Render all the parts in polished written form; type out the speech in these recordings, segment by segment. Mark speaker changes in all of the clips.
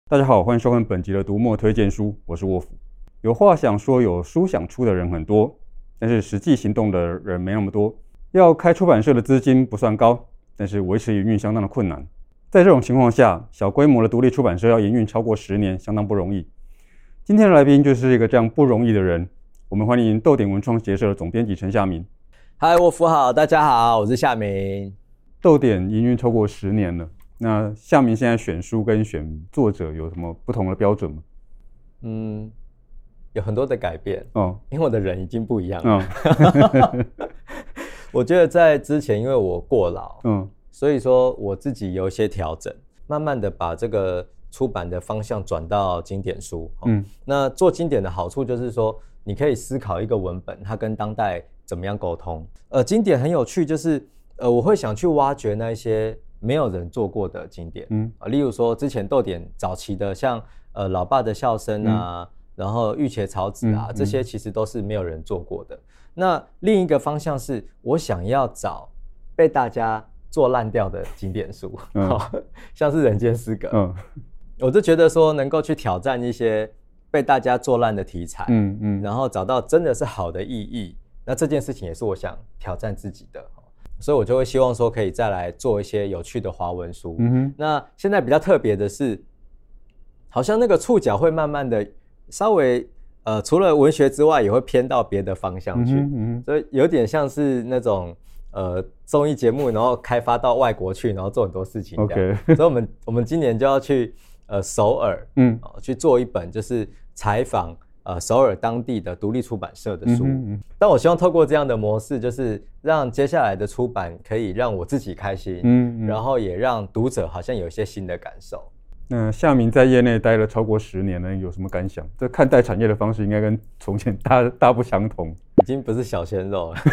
Speaker 1: 大家好，欢迎收看本集的读墨推荐书，我是沃夫。有话想说，有书想出的人很多，但是实际行动的人没那么多。要开出版社的资金不算高，但是维持营运相当的困难。在这种情况下，小规模的独立出版社要营运超过10年，相当不容易。今天的来宾就是一个这样不容易的人，我们欢迎豆点文创协社的总编辑陈夏民。
Speaker 2: 嗨，沃夫好，大家好，我是夏民。
Speaker 1: 豆点营运超过10年了，那夏民现在选书跟选作者有什么不同的标准吗？
Speaker 2: 有很多的改变
Speaker 1: 哦，
Speaker 2: 因为我的人已经不一样了。我觉得在之前，因为我过劳，所以说我自己有一些调整，慢慢的把这个出版的方向转到经典书。那做经典的好处就是说，你可以思考一个文本，它跟当代怎么样沟通。经典很有趣，就是我会想去挖掘那一些没有人做过的经典。例如说之前豆点早期的，像老爸的笑声啊，然后御茄草子啊，这些其实都是没有人做过的。那另一个方向是我想要找被大家做烂掉的经典书，像是人间失格。我就觉得说能够去挑战一些被大家做烂的题材，然后找到真的是好的意义，那这件事情也是我想挑战自己的，所以我就会希望说可以再来做一些有趣的华文书。那现在比较特别的是，好像那个触角会慢慢的稍微除了文学之外，也会偏到别的方向去，所以有点像是那种综艺节目，然后开发到外国去，然后做很多事情这样。所以我们今年就要去首尔，去做一本就是采访首尔当地的独立出版社的书。但我希望透过这样的模式，就是让接下来的出版可以让我自己开心，然后也让读者好像有一些新的感受。
Speaker 1: 那夏民在业内待了超过10年了，有什么感想？这看待产业的方式应该跟从前大不相同，
Speaker 2: 已经不是小鲜肉了。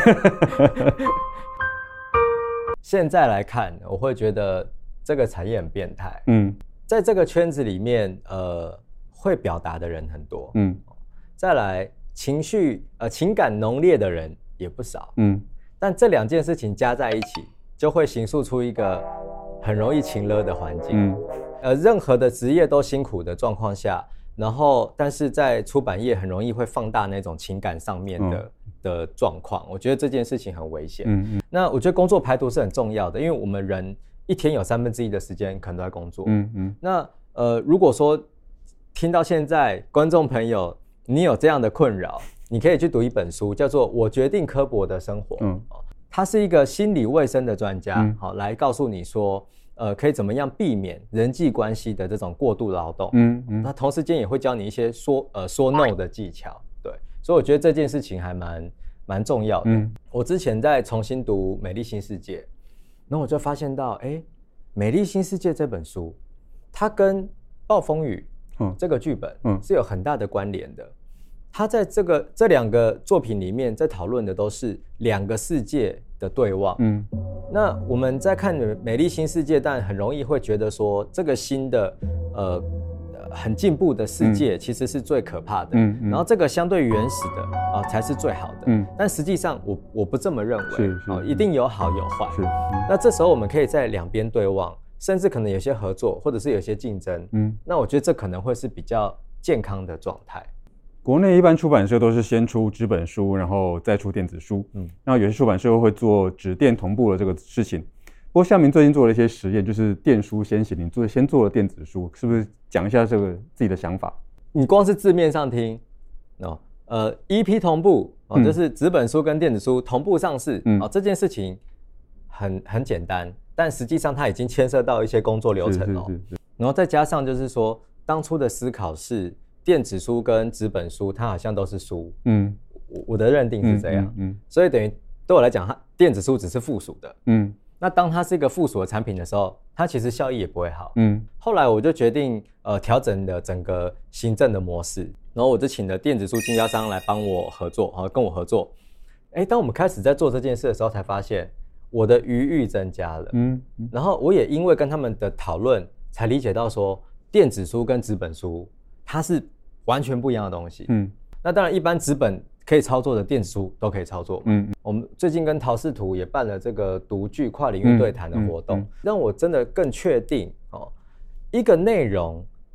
Speaker 2: 现在来看，我会觉得这个产业很变态。在这个圈子里面，会表达的人很多。再来情感浓烈的人也不少。但这两件事情加在一起，就会形塑出一个很容易情勒的环境。任何的职业都辛苦的状况下，然后但是在出版业很容易会放大那种情感上面的状况，我觉得这件事情很危险。那我觉得工作排毒是很重要的，因为我们人一天有1/3的时间可能都在工作。那如果说听到现在观众朋友你有这样的困扰，你可以去读一本书，叫做《我决定刻薄的生活》。他是一个心理卫生的专家，来告诉你说可以怎么样避免人际关系的这种过度劳动。那同时间也会教你一些说 no 的技巧。对，所以我觉得这件事情还蛮重要的。我之前在重新读《美丽新世界》，然后我就发现到《美丽新世界》这本书，它跟《暴风雨》这个剧本是有很大的关联的。它在这两个作品里面在讨论的都是两个世界的对望。那我们在看美丽新世界，但很容易会觉得说这个新的很进步的世界其实是最可怕的。然后这个相对原始的才是最好的。但实际上我不这么认为。一定有好有坏。那这时候我们可以在两边对望，甚至可能有些合作，或者是有些竞争。那我觉得这可能会是比较健康的状态。
Speaker 1: 国内一般出版社都是先出纸本书，然后再出电子书。然后有些出版社会做纸电同步的这个事情。不过夏民最近做了一些实验，就是电书先行，你先做了电子书，是不是讲一下这个自己的想法？
Speaker 2: 你光是字面上听EP 同步就是纸本书跟电子书同步上市。这件事情很简单，但实际上它已经牵涉到一些工作流程。然后再加上就是说，当初的思考是电子书跟纸本书它好像都是书。我的认定是这样。所以等于对我来讲，电子书只是附属的。那当它是一个附属的产品的时候，它其实效益也不会好。后来我就决定调整了整个行政的模式，然后我就请了电子书经销商来帮我合作，跟我合作。当我们开始在做这件事的时候，才发现我的余裕增加了。然后我也因为跟他们的讨论，才理解到说电子书跟纸本书它是完全不一样的东西。那当然一般纸本可以操作的电子书都可以操作。我们最近跟陶视图也办了这个读剧跨领域对谈的活动，让我真的更确定一个内容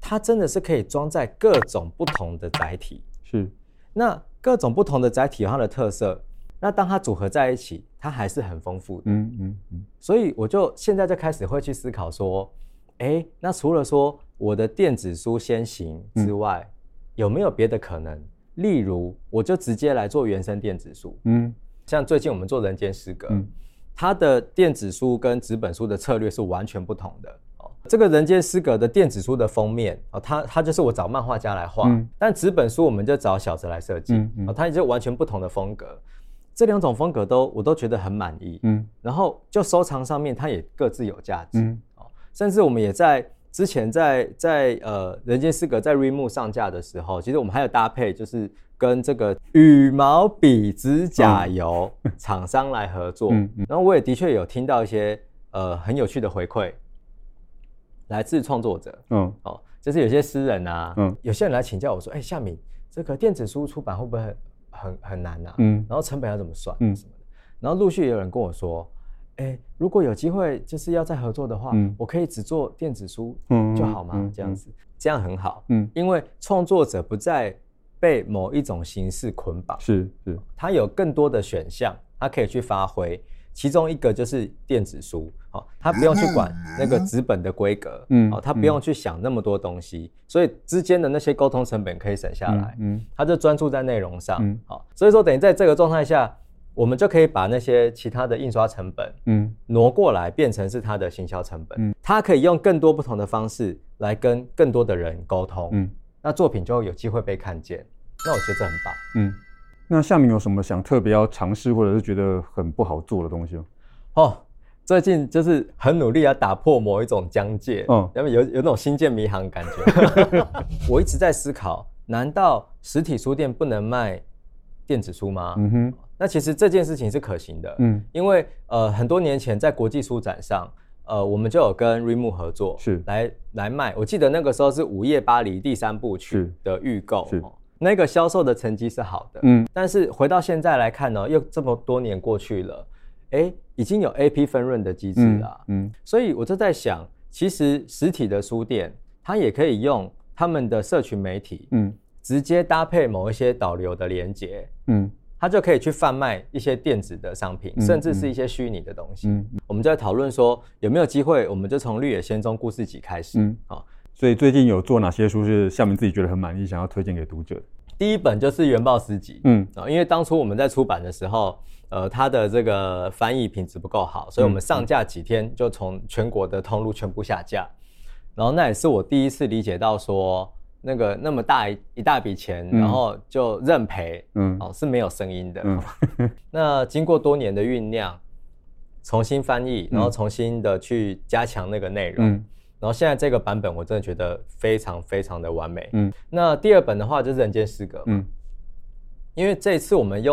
Speaker 2: 它真的是可以装在各种不同的载体。
Speaker 1: 是，
Speaker 2: 那各种不同的载体有它的特色，那当它组合在一起，它还是很丰富的。所以我就现在就开始会去思考说，那除了说我的电子书先行之外，有没有别的可能？例如，我就直接来做原生电子书。像最近我们做人间失格，它的电子书跟纸本书的策略是完全不同的。这个人间失格的电子书的封面，它就是我找漫画家来画，但纸本书我们就找小泽来设计，它就完全不同的风格。这两种风格我都觉得很满意，然后就收藏上面它也各自有价值，甚至我们也在之前在人间失格在 Readmoo 上架的时候，其实我们还有搭配，就是跟这个羽毛笔指甲油厂商来合作，然后我也的确有听到一些很有趣的回馈。来自创作者，就是有些诗人啊，有些人来请教我说，夏敏，这个电子书出版会不会很难啊？然后成本要怎么算什么的？然后陆续也有人跟我说，如果有机会就是要再合作的话，我可以只做电子书就好吗？这样子，这样很好，因为创作者不再被某一种形式捆绑，
Speaker 1: 是，
Speaker 2: 他有更多的选项，他可以去发挥。其中一个就是电子书，他不用去管那个纸本的规格，他不用去想那么多东西，所以之间的那些沟通成本可以省下来，他就专注在内容上，所以说等于在这个状态下，我们就可以把那些其他的印刷成本，挪过来变成是他的行销成本，他可以用更多不同的方式来跟更多的人沟通，那作品就有机会被看见，那我觉得这很棒，
Speaker 1: 那夏民有什么想特别要尝试，或者是觉得很不好做的东西吗？
Speaker 2: 最近就是很努力要打破某一种疆界，有那种新建迷航感觉。我一直在思考，难道实体书店不能卖电子书吗？那其实这件事情是可行的，因为很多年前在国际书展上，我们就有跟 Readmoo 合作，
Speaker 1: 是
Speaker 2: 来卖。我记得那个时候是《午夜巴黎》第3部曲的预购。那个销售的成绩是好的，但是回到现在来看呢，又这么多年过去了，已经有 AP 分润的机制了，所以我就在想，其实实体的书店，它也可以用他们的社群媒体，直接搭配某一些导流的连结，它就可以去贩卖一些电子的商品，甚至是一些虚拟的东西。我们就在讨论说，有没有机会，我们就从《绿野仙踪故事集》开始，
Speaker 1: 所以最近有做哪些书是夏民自己觉得很满意，想要推荐给读者的？
Speaker 2: 第一本就是《原爆诗集》，因为当初我们在出版的时候，它的这个翻译品质不够好，所以我们上架几天就从全国的通路全部下架。然后那也是我第一次理解到说，那么大一大笔钱，然后就认赔，是没有声音的。那经过多年的酝酿，重新翻译，然后重新的去加强那个内容。然后现在这个版本我真的觉得非常非常的完美。那第二本的话就是《人间失格》嘛，因为这一次我们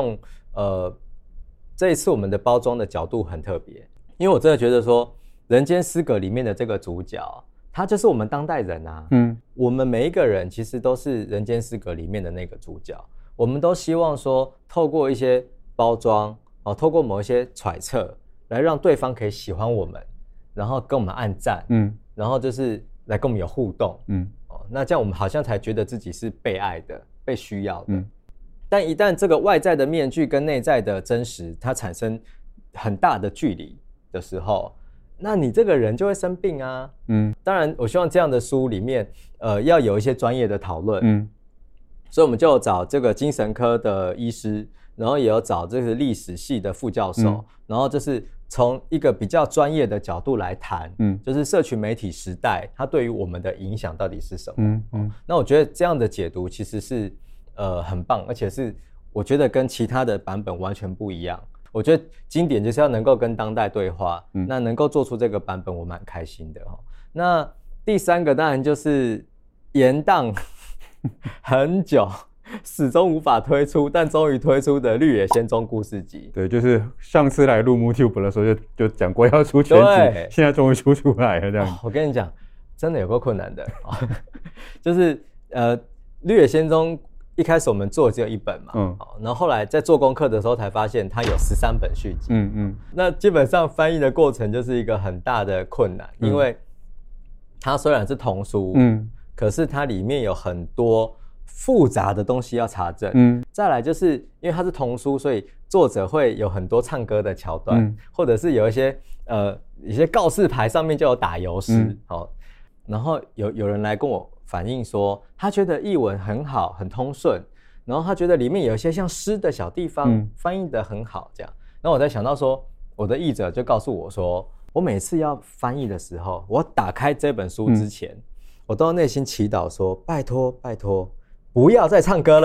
Speaker 2: 的包装的角度很特别，因为我真的觉得说，《人间失格》里面的这个主角，他就是我们当代人啊。我们每一个人其实都是《人间失格》里面的那个主角，我们都希望说，透过一些包装，透过某一些揣测，来让对方可以喜欢我们，然后跟我们按赞，然后就是来跟我们有互动，那这样我们好像才觉得自己是被爱的、被需要的。但一旦这个外在的面具跟内在的真实，它产生很大的距离的时候，那你这个人就会生病啊。当然，我希望这样的书里面，要有一些专业的讨论。所以我们就有找这个精神科的医师，然后也有找这个历史系的副教授，然后就是从一个比较专业的角度来谈，就是社群媒体时代它对于我们的影响到底是什么。那我觉得这样的解读其实是很棒，而且是我觉得跟其他的版本完全不一样。我觉得经典就是要能够跟当代对话，那能够做出这个版本我蛮开心的。那第三个当然就是延宕很久始终无法推出，但终于推出的《绿野仙踪故事集》。
Speaker 1: 对，就是上次来录 YouTube 的时候就讲过要出全集，现在终于出来了这样。
Speaker 2: 我跟你讲，真的有够困难的。就是《绿野仙踪》一开始我们做的只有1本嘛，然后后来在做功课的时候才发现它有13本续集。那基本上翻译的过程就是一个很大的困难，因为它虽然是童书， 可是它里面有很多复杂的东西要查证。再来就是因为它是童书，所以作者会有很多唱歌的桥段，或者是有一些告示牌上面就有打油诗。然后有人来跟我反映说，他觉得译文很好，很通顺，然后他觉得里面有一些像诗的小地方，翻译得很好，这样。然后我在想到说，我的译者就告诉我说，我每次要翻译的时候，我打开这本书之前，我都要内心祈祷说，拜托拜托，不要再唱歌了。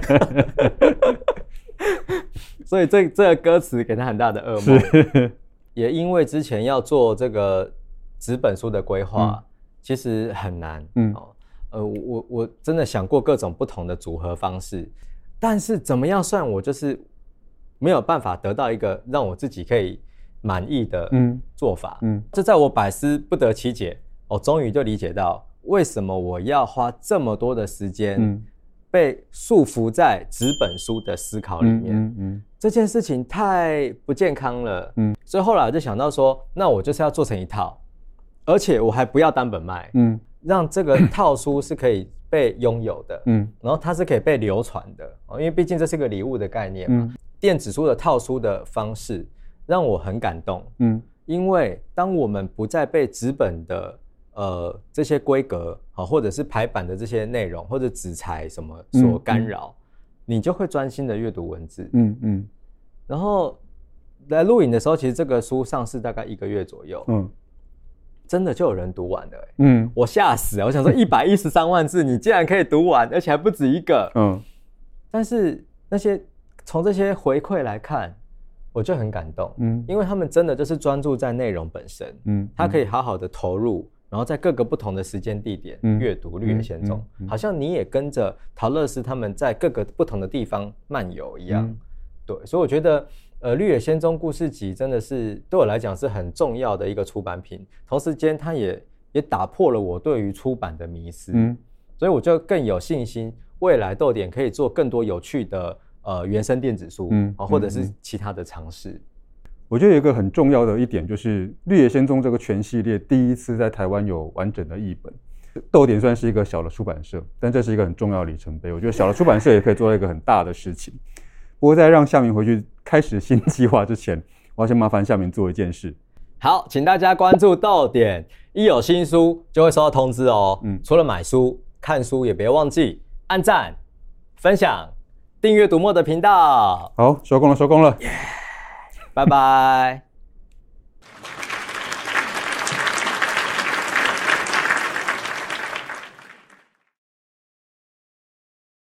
Speaker 2: 所以这个歌词给他很大的噩梦。也因为之前要做这个纸本书的规划，其实很难。我真的想过各种不同的组合方式，但是怎么样算，我就是没有办法得到一个让我自己可以满意的做法。这在我百思不得其解，我终于就理解到为什么我要花这么多的时间被束缚在纸本书的思考里面。这件事情太不健康了。所以后来我就想到说，那我就是要做成一套，而且我还不要单本卖，让这个套书是可以被拥有的，然后它是可以被流传的，因为毕竟这是个礼物的概念嘛。电子书的套书的方式让我很感动，因为当我们不再被纸本的这些规格或者是排版的这些内容或者纸材什么所干扰，你就会专心的阅读文字。然后来录影的时候，其实这个书上市大概1个月左右，真的就有人读完了。我吓死了，我想说113万字你竟然可以读完，而且还不止一个。但是从这些回馈来看，我就很感动。因为他们真的就是专注在内容本身，他可以好好的投入，然后在各个不同的时间地点阅读《绿野仙踪》，好像你也跟着陶乐斯他们在各个不同的地方漫游一样。对，所以我觉得《绿野仙踪》故事集真的是对我来讲是很重要的一个出版品，同时间它也打破了我对于出版的迷思。所以我就更有信心，未来逗点可以做更多有趣的原生电子书，或者是其他的尝试。
Speaker 1: 我觉得有一个很重要的一点，就是《绿野仙踪》这个全系列第一次在台湾有完整的译本。逗点算是一个小的出版社，但这是一个很重要的里程碑。我觉得小的出版社也可以做到一个很大的事情。不过在让夏民回去开始新计划之前，我要先麻烦夏民做一件事。
Speaker 2: 好，请大家关注逗点，一有新书就会收到通知哦。除了买书、看书，也别忘记按赞、分享、订阅读墨的频道。
Speaker 1: 好，收工了，收工了。
Speaker 2: 拜拜。